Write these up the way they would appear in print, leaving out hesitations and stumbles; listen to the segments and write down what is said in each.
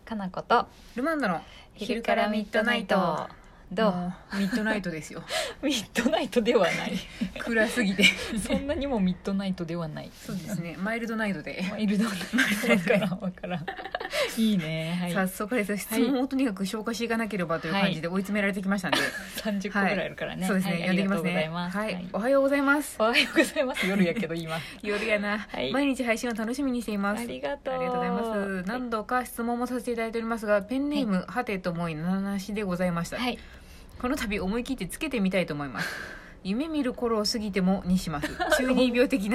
かなことルマンドの昼からミッドナイト。どう？ ミッドナイトですよミッドナイトではない暗すぎてそんなにもミッドナイトではない。 そうですね、マイルドナイトでマイルドナイトわからんわからんいいね、はい、 早速です質問をとにかく消化していかなければという感じで追い詰められてきましたんで、 30個ぐらいあるからね、 そうですね、 はい、 やっていきますね。はいおはようございます。 おはようございます。夜やけど今夜やな、 はい、 毎日配信を楽しみにしています。 ありがとう。 ありがとうございます。何度か質問もさせていただいておりますが、ペンネーム、はてと思い七なしでございました。はい、この度思い切ってつけてみたいと思います。夢見る頃を過ぎてもにします。中二病的な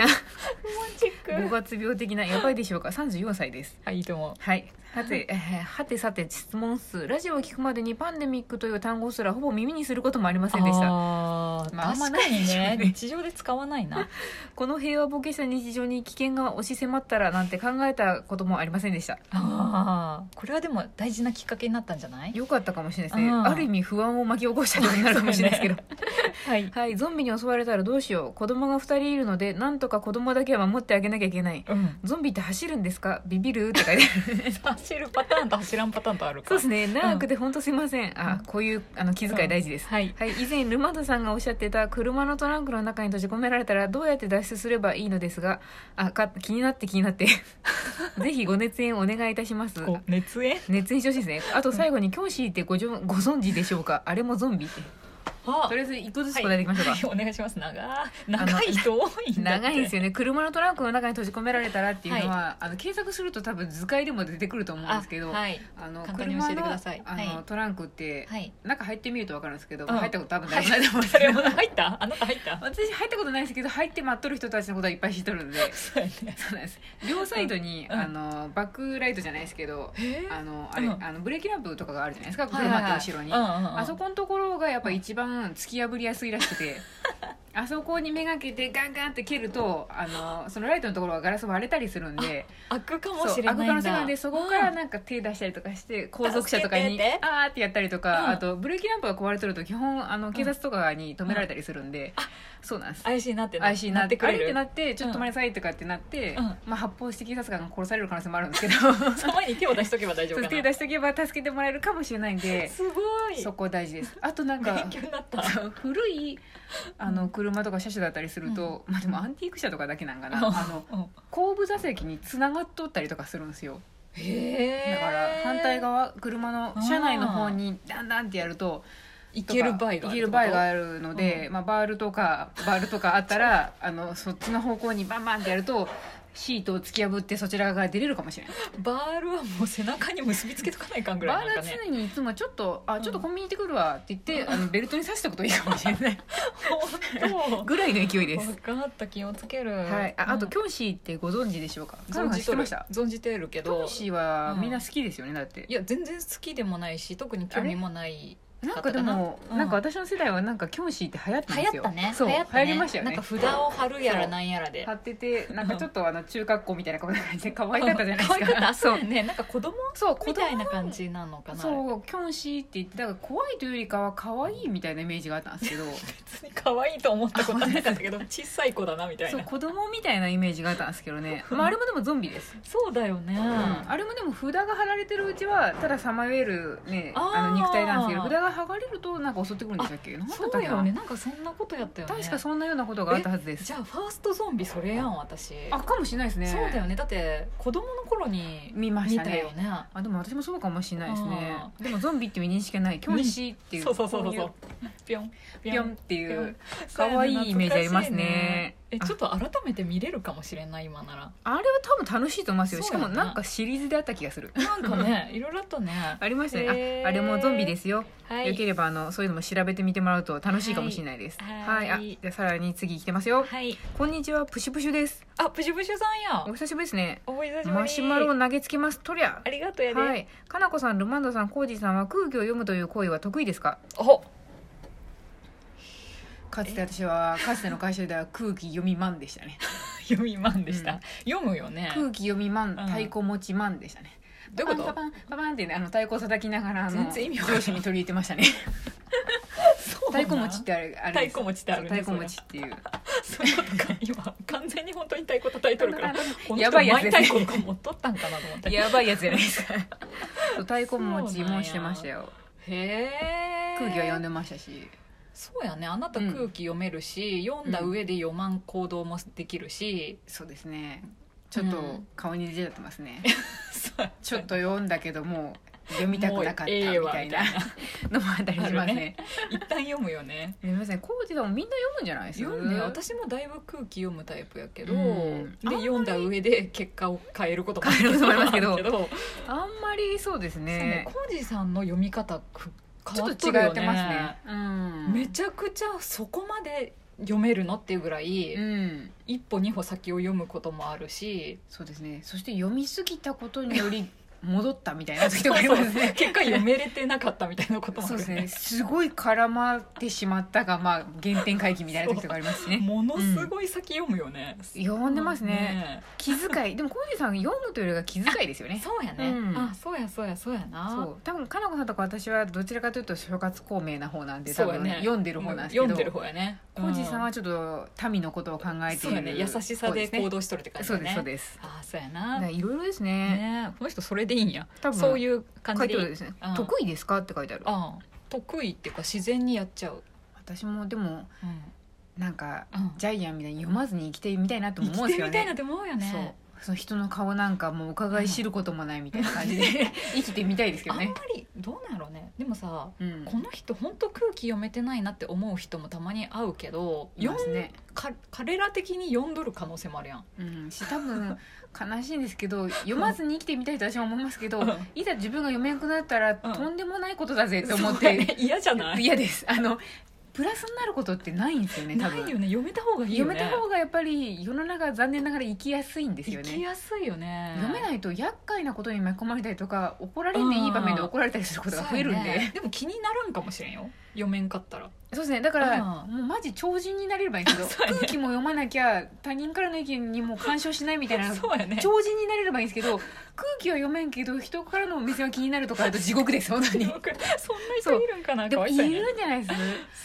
5月病的な、やばいでしょうか。34歳です。 はい、いいと思う。 はい、はてさて質問数。ラジオを聞くまでにパンデミックという単語すらほぼ耳にすることもありませんでした。 まあ、確かにね、日常で使わないなこの平和ボケした日常に危険が押し迫ったらなんて考えたこともありませんでした。 これはでも大事なきっかけになったんじゃない？ よかったかもしれないですね。ある意味不安を巻き起こしたことになるかもしれないですけどはい、はい、ゾンビに襲われたらどうしよう。子供が2人いるのでなんとか子供だけは守ってあげなきゃいけない、ゾンビって走るんですか？ビビるって書いてある走るパターンと走らんパターンとあるか。 そうですね、長くて本当すいません。こういう気遣い大事です。はい、はい、以前ルマンドさんがおっしゃってた車のトランクの中に閉じ込められたらどうやって脱出すればいいのですが、気になってぜひご熱演お願いいたします。 熱演してほしいですね。あと最後にキョンシーってご存知でしょうか？あれもゾンビって。とりあえず一個ずつ答えていきましょうか。 はい、お願いします。長い人多いんだって。 長いんですよね。車のトランクの中に閉じ込められたらっていうのは、検索すると多分図解でも出てくると思うんですけど、 車のトランクって中入ってみると分かるんですけど、入ったこと多分ないと思うんですけど、入った？あなた入った？ 私入ったことないですけど、入って待っとる人たちのことはいっぱい知っとるんで。そうなんです。両サイドにバックライトじゃないですけど、ブレーキランプとかがあるじゃないですか、車って後ろに。あそこのところがやっぱ一番突き破りやすいらしくてあそこにめがけてガンガンって蹴るとそのライトのところがガラス割れたりするんで、 開くかもしれないんだ。 開く可能性があるんで、そこからなんか手出したりとかして後続車とかにあーってやったりとか、あとブレーキランプが壊れとると基本警察とかに止められたりするんで、そうなんです。 怪しいなって怪しいなってくれる。 あれってなってちょっと止まりなさいとかってなって、発砲して警察官が殺される可能性もあるんですけどその前に手を出しとけば大丈夫かな。 手出しとけば助けてもらえるかもしれないんで、 すごいそこ大事です。あとなんか勉強になった古い車とか車種だったりすると、でもアンティーク車とかだけなんかな、後部座席につながっとったりとかするんですよ。だから反対側、車の車内の方にダンダンってやるといける場合があるので、バールとかあったらそっちの方向にバンバンってやるとシートを突き破ってそちら側が出れるかもしれない。 バールはもう背中に結びつけとかないかんぐらいなんかね。 バールは常にいつもちょっとコンビニ行ってくるわって言ってベルトに刺したこといいかもしれない本当ぐらいの勢いです。 分かった、気をつける。 はい、あとキョンシーってご存知でしょうか？ 存じてるけど、 キョンシーはみんな好きですよね。だっていや全然好きでもないし特に興味もない。 なんかでも、なんか私の世代はなんかキョンシーって流行ったんですよ。 流行ったね。 そう、流行りましたよね。 なんか札を貼るやらなんやらで貼ってて、なんかちょっと中学校みたいな感じで可愛かったじゃないですか。 可愛かった。そうね、なんか子供みたいな感じなのかな。 そう、キョンシーって言って、だから怖いというよりかは可愛いみたいなイメージがあったんですけど別に可愛いと思ったことはなかったけど小さい子だなみたいな。 そう、子供みたいなイメージがあったんですけどね。あれもでもゾンビです。 そうだよね。 あれもでも札が貼られてるうちはたださまよえるね、肉体なんですけど、札が剥がれるとなんか襲ってくるんでしたっけ？ そうよね、なんかそんなことやったよね。 確かそんなようなことがあったはずです。 じゃあファーストゾンビそれやん。私かもしれないですね。 そうだよね、だって子供の頃に見ましたよね。 でも私もそうかもしれないですね。でもゾンビっていう認識がない。キョンシーっていう、 そうピョンピョンっていう可愛いイメージありますね。 ちょっと改めて見れるかもしれない今なら。 あれは多分楽しいと思いますよ。しかもなんかシリーズであった気がする。 なんかね、いろいろとねありましたね。あれもゾンビですよ。よければそういうのも調べてみてもらうと楽しいかもしれないです。はい。じゃあさらに次来てますよ。こんにちは、プシュプシュです。 プシュプシュさんや。 お久しぶりですね。 お久しぶり。 マシュマロを投げつけます。とりゃ。 ありがとうやで。 はい。かなこさん、ルマンドさん、コージさんは空気を読むという行為は得意ですか？かつての会社では空気読みマンでしたね。 読みマンでした。読むよね。 空気読みマン、太鼓持ちマンでしたね。 どういうこと？ パパンパパンってね、太鼓叩きながら全然意味上司に取り入れてましたね。太鼓持ちってあれ太鼓持ちってあるね。 太鼓持ちっていう。 そういうことか。今完全に本当に太鼓叩いとるから、 やばいやつですね。 太鼓持っとったんかなと思って。 やばいやつじゃないですか。 太鼓持ちもしてましたよ。 へえ。 空気は読んでましたし。 そうやね、あなた空気読めるし、読んだ上で読まん行動もできるし、 そうですね、ちょっと顔に出ちゃってますね、ちょっと読んだけどもう読みたくなかったみたいなのもあったりしますね。 一旦読むよね。 すみません、コージさんもみんな読むんじゃないですか。 読むね、私もだいぶ空気読むタイプやけど、 で読んだ上で結果を変えることもありますけど、 あんまりそうですね。 コージさんの読み方ちょっと違ってますね。 めちゃくちゃそこまで読めるのっていうぐらい、一歩二歩先を読むこともあるし、 そうですね。そして読みすぎたことにより戻ったみたいな時とかありますね。 結果読めれてなかったみたいなこともあるね。 そうですね。すごい絡まってしまったが、まあ原点回帰みたいな時とかありますね。 ものすごい先読むよね。 読んでますね。気遣い。でもコージさん読むというよりは気遣いですよね。 そうやね。あ、そうやな。そう。 多分かなこさんとか私はどちらかというと諸葛孔明な方なんで、多分読んでる方なんですけど。 読んでる方やね。 コージさんはちょっと民のことを考えている。 そうやね。優しさで行動しとるって感じね。 そうです。 あ、そうやな。 いろいろですね。 この人それでいいんや。 多分そういう感じでいいですね。得意ですかって書いてある。 得意っていうか自然にやっちゃう。 私もでもなんかジャイアンみたいに読まずに生きてみたいなと思うんですよね。 生きてみたいなと思うよね。 その人の顔なんかもう伺い知ることもないみたいな感じで生きてみたいですけどね。 あんまりどうなんやろうね。でもさ、この人本当空気読めてないなって思う人もたまに会うけど、彼ら的に読んどる可能性もあるやん。多分悲しいんですけど、読まずに生きてみたいと私は思いますけど、いざ自分が読めなくなったらとんでもないことだぜって思って嫌じゃない？ 嫌です。プラスになることってないんですよね。多分ないよね。読めた方がいいよね。 読めた方がやっぱり世の中残念ながら生きやすいんですよね。 生きやすいよね。 読めないと厄介なことに巻き込まれたりとか、怒られんでいい場面で怒られたりすることが増えるんで、 でも気になるんかもしれんよ、読めんかったら。 そうですね。だからもうマジ超人になれればいいけど、空気も読まなきゃ他人からの意見にも干渉しないみたいな超人になれればいいんですけど、空気は読めんけど人からの目線は気になるとかだと地獄です本当に。そんな人いるんかな。 でもいるんじゃないです。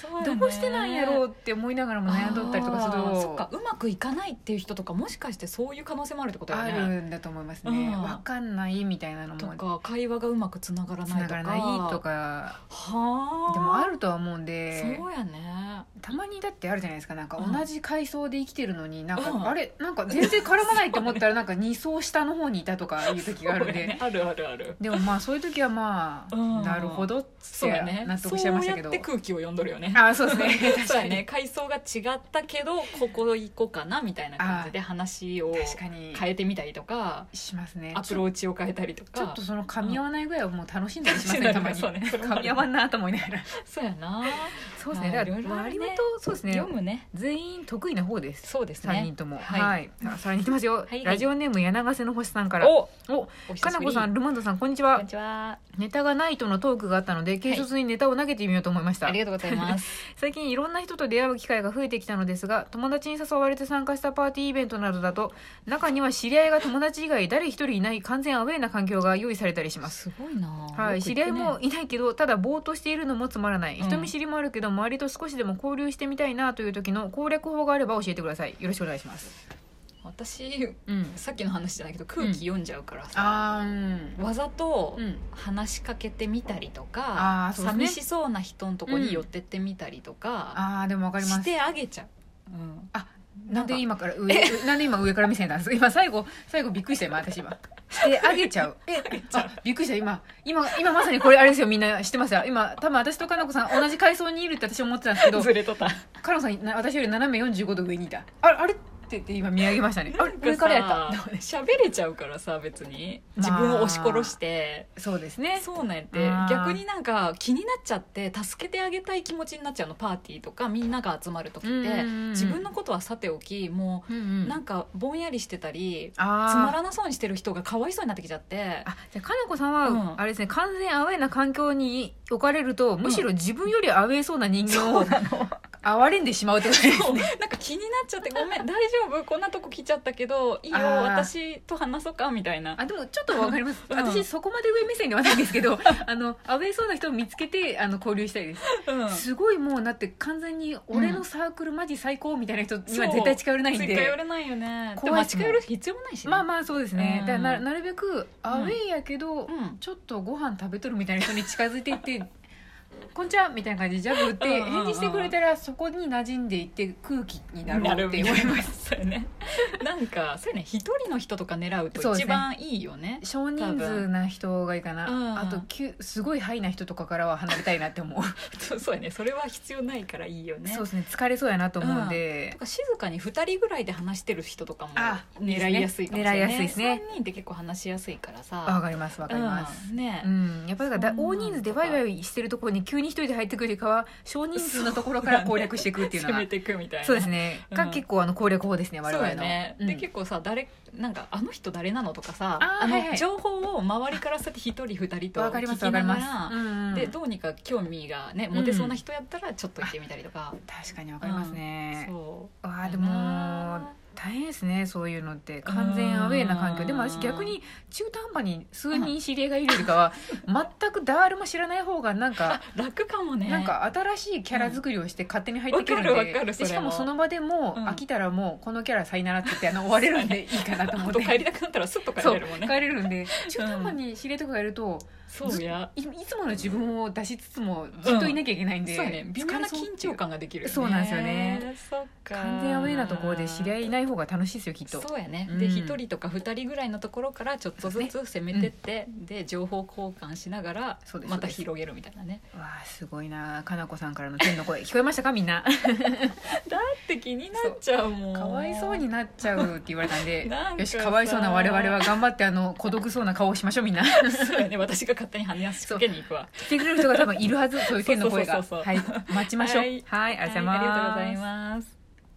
どうしてなんやろうって思いながらも悩んどったりとかすると、 そっか、うまくいかないっていう人とかもしかしてそういう可能性もあるってことだよね。 あるんだと思いますね。分かんないみたいなのもとか、会話がうまくつながらないとか、 でもあるとは思うんで。 そうやね。 たまにだってあるじゃないですか。なんか同じ階層で生きてるのになんか、あれなんか全然絡まないと思ったらなんか2層下の方にいたとかいう時があるんで、 あるあるある。 でもまあそういう時はまあ、なるほどって納得しちゃいましたけど、 そうやって空気を読んどるよね。 そうですね。 そうやね。階層が違ったけどここ行こうかなみたいな感じで話を変えてみたりとかしますね。 アプローチを変えたりとか、 ちょっとその噛み合わないぐらいはもう楽しんだりしますね。たまに噛み合わんなと思いながら。 そうやな。 そうですね。だから割とそうですね。 読むね。 全員得意な方です。 そうですね。 3人とも。はい。さらにいきますよ。ラジオネーム柳瀬の星さんから。かなこさん、ルマンドさん、こんにちは。 こんにちは。 ネタがないとのトークがあったので軽率にネタを投げてみようと思いました。 ありがとうございます。 最近いろんな人と出会う機会が増えてきたのですが、友達に誘われて参加したパーティーイベントなどだと中には知り合いが友達以外誰一人いない完全アウェーな環境が用意されたりします。 すごいな。 はい。知り合いもいないけどただぼーっとしているのもつまらない、人見知りもあるけど周りと少しでも交流してみたいなという時の攻略法があれば教えてください。よろしくお願いします。 私、さっきの話じゃないけど空気読んじゃうからさ、わざと話しかけてみたりとか、寂しそうな人のとこに寄ってってみたりとか、 でもわかります。 してあげちゃう。 なんで今上から目線なんですか。今最後びっくりした。私今してあげちゃう。びっくりした。今まさにこれあれですよ。みんな知ってますよ。今多分私とかなこさん同じ階層にいるって私思ってたんですけど、 ずれとった。 かなこさん私より斜め45度上にいた。あれって言って今見上げましたね。あれ上からやった。 喋れちゃうからさ、別に自分を押し殺して、 そうですね。 そうなんやって。逆になんか気になっちゃって助けてあげたい気持ちになっちゃうの。パーティーとかみんなが集まる時って自分のことはさておき、もうなんかぼんやりしてたりつまらなそうにしてる人がかわいそうになってきちゃって。 じゃあかなこさんはあれですね、完全アウェーな環境に置かれるとむしろ自分よりアウェーそうな人間を哀れんでしまうってことですね。 なんか気になっちゃって、ごめん大丈夫こんなとこ来ちゃったけどいいよ私と話そうかみたいな。 でもちょっとわかります、私そこまで上目線ではないんですけどアウェイそうな人を見つけて交流したいです、すごいもうだって完全に俺のサークルマジ最高みたいな人には絶対近寄れないんで。 近寄れないよね。 怖い。 近寄る必要もないしね。 まあまあそうですね、だからなるべくアウェイやけど、ちょっとご飯食べとるみたいな人に近づいていってこんちはみたいな感じでジャブ打って返事してくれたらそこに馴染んでいって空気になろうって思います。 そうね。なんかそういうね、一人の人とか狙うと一番いいよね。 少人数な人がいいかな。あとすごいハイな人とかからは離れたいなって思う。 そうやね。それは必要ないからいいよね。 そうですね。疲れそうやなと思うんで。 とか静かに2人ぐらいで話してる人とかも狙いやすいかもしれない。 狙いやすいですね。 3人って結構話しやすいからさ。 わかりますわかります。 ね。 やっぱり大人数でワイワイしてるところに急に一人で入ってくるよりかは少人数のところから攻略していくっていうのは攻めていくみたいな。 そうですね。が結構攻略法ですね我々の。そうね。 で結構さなんかあの人誰なのとかさ情報を周りからさって1人2人と聞きながらでどうにか興味がね持てそうな人やったらちょっと行ってみたりとか。 確かにわかりますね。 そうでも大変ですねそういうのって完全アウェーな環境でも私逆に中途半端に数人知り合いがいるよりかは全く誰も知らない方がなんか楽かもね。 なんか新しいキャラ作りをして勝手に入ってくるんで、しかもその場でも飽きたらもうこのキャラさよならって言って終われるんでいいかなと思って帰りたくなったらスッと帰れるもんね。 帰れるんで中途半端に知り合いとかがいるとそうやいつもの自分を出しつつもずっといなきゃいけないんで、 そうね、微妙な緊張感ができるよね。 そうなんですよね。 そっか。 完全アウェーなところで知り合いいない方が楽しいですよきっと。 そうやね。で1人とか2人ぐらいのところからちょっとずつ攻めてって、で情報交換しながらまた広げるみたいなね。 わあすごいな。かなこさんからの天の声聞こえましたかみんな。 だって気になっちゃうもん。 かわいそうになっちゃうって言われたんでよしかわいそうな我々は頑張って孤独そうな顔をしましょうみんな。 そうやね。私が勝手に話しかけに行くわ。 来てくれる人が多分いるはず。そういう天の声が。はい待ちましょう。はいありがとうございます。 ありがとうございます。